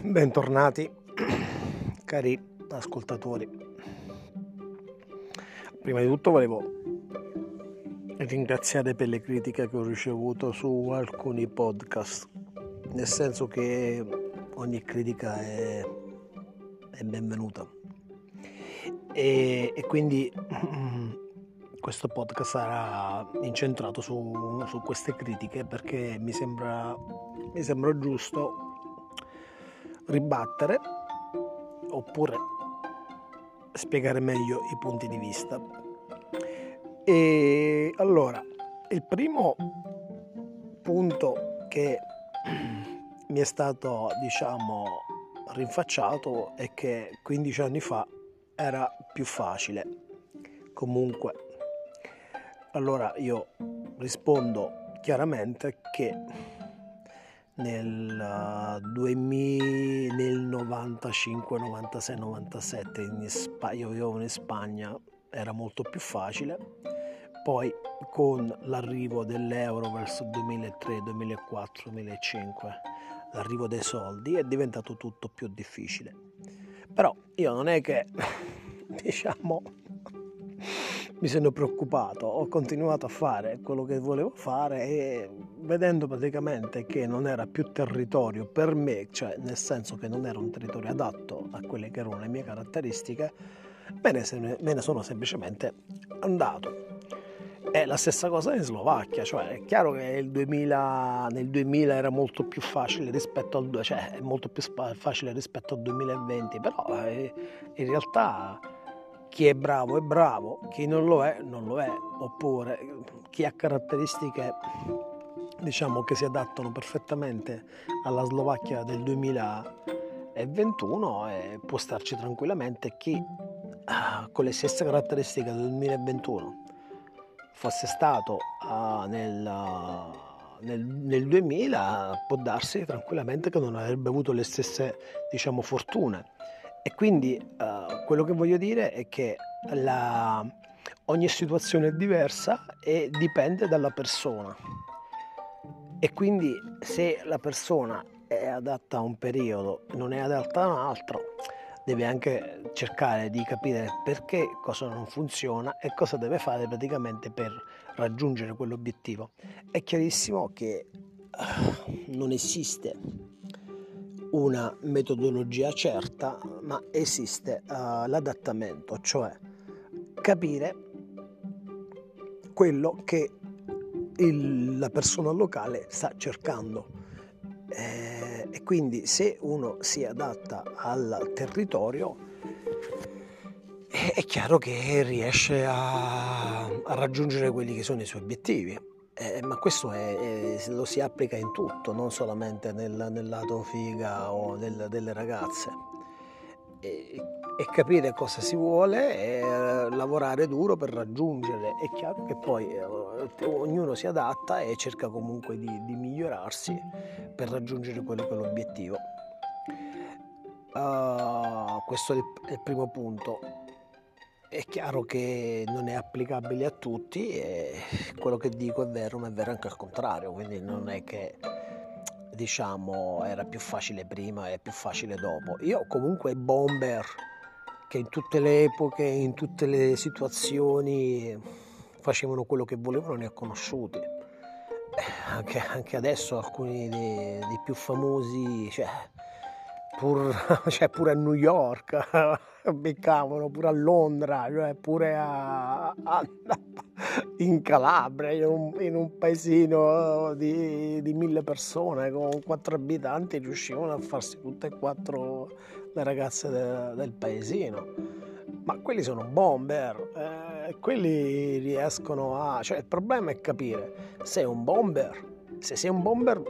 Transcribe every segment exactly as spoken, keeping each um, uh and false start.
Bentornati cari ascoltatori. Prima di tutto volevo ringraziare per le critiche che ho ricevuto su alcuni podcast, nel senso che ogni critica è, è benvenuta e, e quindi questo podcast sarà incentrato su, su queste critiche, perché mi sembra, mi sembra giusto ribattere oppure spiegare meglio i punti di vista. E allora, il primo punto che mi è stato, diciamo, rinfacciato è che quindici anni fa era più facile. Comunque, allora io rispondo chiaramente che nel duemila, nel novantacinque, novantasei, novantasette in Sp- io vivevo in Spagna, era molto più facile. Poi con l'arrivo dell'euro verso il duemilatré, duemilaquattro, duemilacinque, l'arrivo dei soldi, è diventato tutto più difficile. Però io non è che diciamo mi sono preoccupato, ho continuato a fare quello che volevo fare e vedendo praticamente che non era più territorio per me, cioè nel senso che non era un territorio adatto a quelle che erano le mie caratteristiche, me ne, me ne sono semplicemente andato. È la stessa cosa in Slovacchia, cioè è chiaro che il duemila, nel duemila era molto più facile rispetto al cioè è molto più facile rispetto al duemilaventi, però eh, in realtà chi è bravo è bravo, chi non lo è non lo è, oppure chi ha caratteristiche, diciamo, che si adattano perfettamente alla Slovacchia del duemilaventuno e può starci tranquillamente. Chi con le stesse caratteristiche del duemilaventuno fosse stato uh, nel, uh, nel, nel duemila, può darsi tranquillamente che non avrebbe avuto le stesse, diciamo, fortune. E quindi uh, quello che voglio dire è che la, ogni situazione è diversa e dipende dalla persona, e quindi se la persona è adatta a un periodo e non è adatta a un altro, deve anche cercare di capire perché, cosa non funziona e cosa deve fare praticamente per raggiungere quell'obiettivo. È chiarissimo che uh, non esiste una metodologia certa, ma esiste uh, l'adattamento, cioè capire quello che il, la persona locale sta cercando. Eh, e quindi se uno si adatta al territorio è, è chiaro che riesce a, a raggiungere quelli che sono i suoi obiettivi. Eh, ma questo è, è, lo si applica in tutto, non solamente nel, nel lato figa o del, delle ragazze. E, e capire cosa si vuole e lavorare duro per raggiungere. È chiaro che poi eh, ognuno si adatta e cerca comunque di, di migliorarsi per raggiungere quello che è l'obiettivo. Uh, questo è il, è il primo punto. È chiaro che non è applicabile a tutti e quello che dico è vero, ma è vero anche al contrario, quindi non è che, diciamo, era più facile prima e è più facile dopo. Io comunque bomber che in tutte le epoche, in tutte le situazioni facevano quello che volevano, ne ho conosciuti. Anche, anche adesso alcuni dei, dei più famosi, cioè, pur, cioè pure a New York beccavano, pure a Londra, cioè pure a, a, in Calabria, in un, in un paesino di, di mille persone con quattro abitanti, riuscivano a farsi tutte e quattro le ragazze de, del paesino. Ma quelli sono bomber, eh, quelli riescono a, cioè il problema è capire se è un bomber, se sei un bomber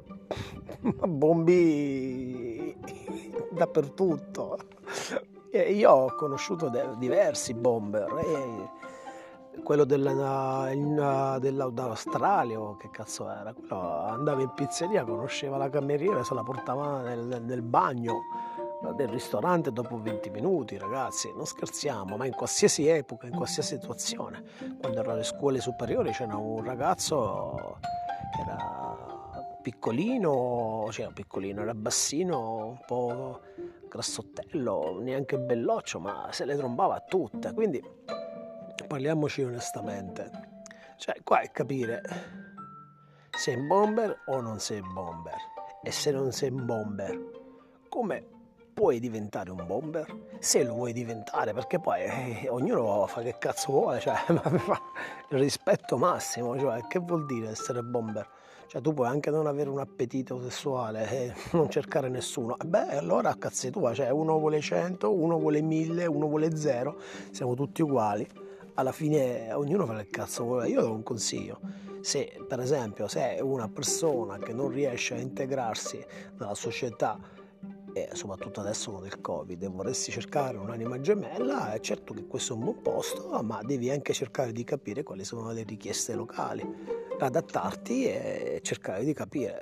bombi dappertutto. E io ho conosciuto de- diversi bomber, e quello della, in, dell'Australia, che cazzo era, quello andava in pizzeria, conosceva la cameriera, se la portava nel, nel bagno del ristorante dopo venti minuti, ragazzi, non scherziamo, ma in qualsiasi epoca, in qualsiasi situazione. Quando ero alle scuole superiori c'era un ragazzo che era piccolino, cioè piccolino, era bassino, un po' grassottello, neanche belloccio, ma se le trombava tutte, quindi parliamoci onestamente, cioè qua è capire sei un bomber o non sei un bomber, e se non sei un bomber, come puoi diventare un bomber? Se lo vuoi diventare, perché poi eh, ognuno fa che cazzo vuole, cioè il rispetto massimo, cioè che vuol dire essere bomber? Cioè tu puoi anche non avere un appetito sessuale e non cercare nessuno, beh allora cazzi tua, cioè uno vuole cento, uno vuole mille, uno vuole zero, siamo tutti uguali, alla fine ognuno fa il cazzo vuole. Io do un consiglio: se per esempio sei una persona che non riesce a integrarsi nella società, e soprattutto adesso con il Covid, e vorresti cercare un'anima gemella, è certo che questo è un buon posto, ma devi anche cercare di capire quali sono le richieste locali, adattarti e cercare di capire.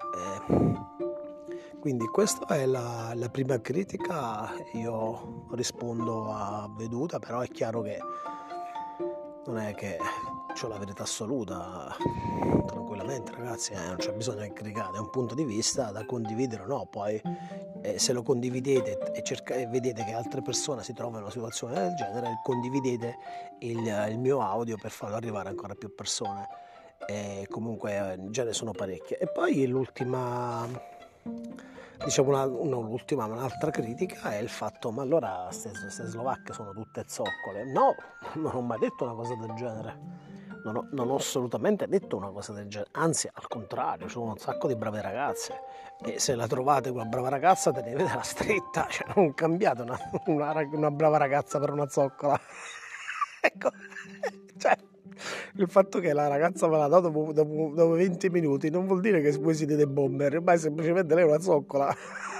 Quindi questa è la, la prima critica. Io rispondo a veduta, però è chiaro che non è che ho la verità assoluta, tranquillamente ragazzi, eh, non c'è bisogno di criticare, è un punto di vista da condividere o no, poi eh, se lo condividete e, cerca- e vedete che altre persone si trovano in una situazione del genere, condividete il, il mio audio per farlo arrivare a ancora più persone, e comunque eh, già ne sono parecchie. E poi l'ultima, diciamo una, no, l'ultima, un'altra critica è il fatto: ma allora queste slovacche sono tutte zoccole? No, non ho mai detto una cosa del genere. Non ho, non ho assolutamente detto una cosa del genere, anzi al contrario, ci sono un sacco di brave ragazze, e se la trovate quella brava ragazza tenetela stretta, cioè non cambiate una, una, una brava ragazza per una zoccola. Ecco, cioè il fatto che la ragazza me l'ha dato dopo, dopo, dopo venti minuti non vuol dire che voi siete dei bomber, ma è semplicemente lei una zoccola.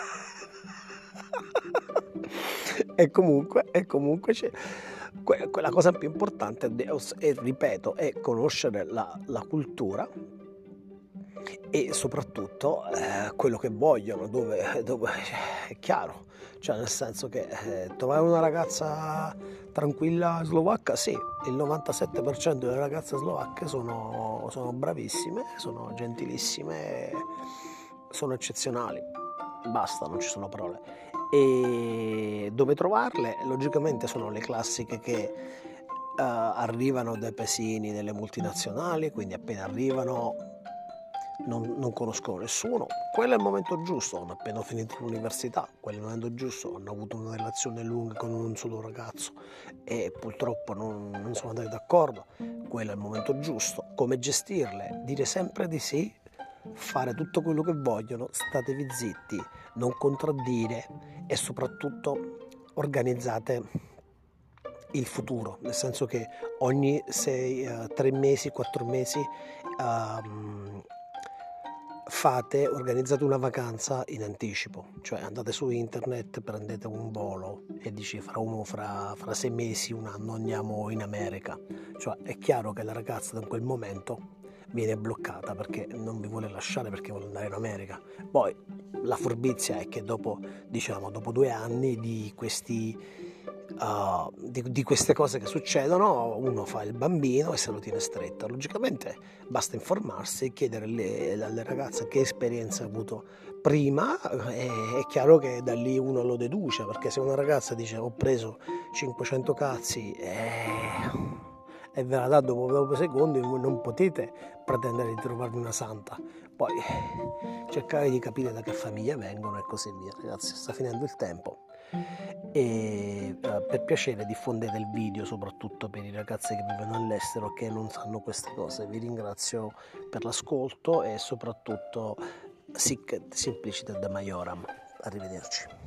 E comunque, e comunque c'è quella cosa più importante, e ripeto, è conoscere la, la cultura e soprattutto eh, quello che vogliono, dove, dove è chiaro, cioè nel senso che eh, trovare una ragazza tranquilla slovacca, sì, il novantasette per cento delle ragazze slovacche sono, sono bravissime, sono gentilissime, sono eccezionali, basta, non ci sono parole. E dove trovarle? Logicamente sono le classiche che uh, arrivano dai paesini delle multinazionali, quindi appena arrivano non, non conoscono nessuno, quello è il momento giusto, hanno appena finito l'università, quello è il momento giusto, hanno avuto una relazione lunga con un solo ragazzo e purtroppo non, non sono andati d'accordo, quello è il momento giusto. Come gestirle? Dire sempre di sì, fare tutto quello che vogliono, statevi zitti, non contraddire e soprattutto organizzate il futuro, nel senso che ogni sei, uh, tre mesi, quattro mesi um, fate, organizzate una vacanza in anticipo, cioè andate su internet, prendete un volo e dici fra, uno, fra, fra sei mesi, un anno andiamo in America, cioè è chiaro che la ragazza in quel momento viene bloccata perché non vi vuole lasciare, perché vuole andare in America. Poi la furbizia è che dopo, diciamo, dopo due anni di questi Uh, di, di queste cose che succedono, uno fa il bambino e se lo tiene stretto. Logicamente basta informarsi e chiedere alle, alle ragazze che esperienza ha avuto prima, e è chiaro che da lì uno lo deduce, perché se una ragazza dice ho preso cinquecento cazzi e, e ve la dà dopo, dopo secondi, voi non potete pretendere di trovarvi una santa. Poi cercare di capire da che famiglia vengono e così via. Ragazzi, sta finendo il tempo. E uh, per piacere diffondete il video, soprattutto per i ragazzi che vivono all'estero che non sanno queste cose. Vi ringrazio per l'ascolto e soprattutto sic simpliciter de maioram. Arrivederci.